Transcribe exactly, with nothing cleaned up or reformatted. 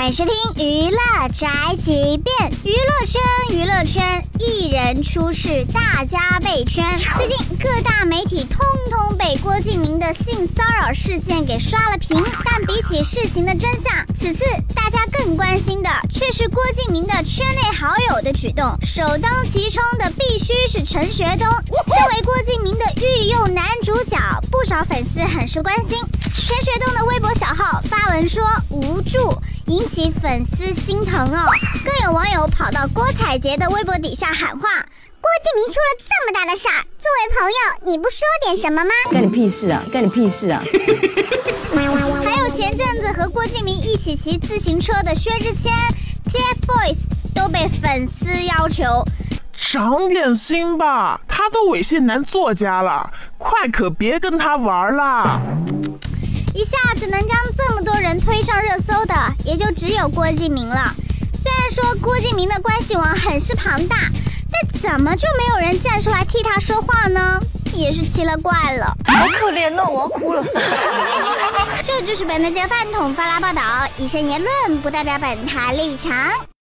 欢迎收听娱乐宅急便。娱乐圈，娱乐圈，艺人出事，大家被圈。最近各大媒体通通被郭敬明的性骚扰事件给刷了屏。但比起事情的真相，此次大家更关心的却是郭敬明的圈内好友的举动。首当其冲的必须是陈学冬，身为郭敬明的御用男主角，不少粉丝很是关心。陈学冬的微博小号发文说无助，引起粉丝心疼哦。更有网友跑到郭采洁的微博底下喊话：郭敬明出了这么大的事儿，作为朋友，你不说点什么吗？ 干你屁事啊！干你屁事啊！ 还有前阵子和郭敬明一起骑自行车的薛之谦、T F Boys 都被粉丝要求长点心吧，他都猥亵男作家了，快可别跟他玩啦！ 一下子能将这么多人推上热搜的，也就只有郭敬明了。虽然说郭敬明的关系网很是庞大，但怎么就没有人站出来替他说话呢？也是奇了怪了。 好可怜哦，我要哭了。 这就是本台饭桶发拉报道，以上言论不代表本台立场。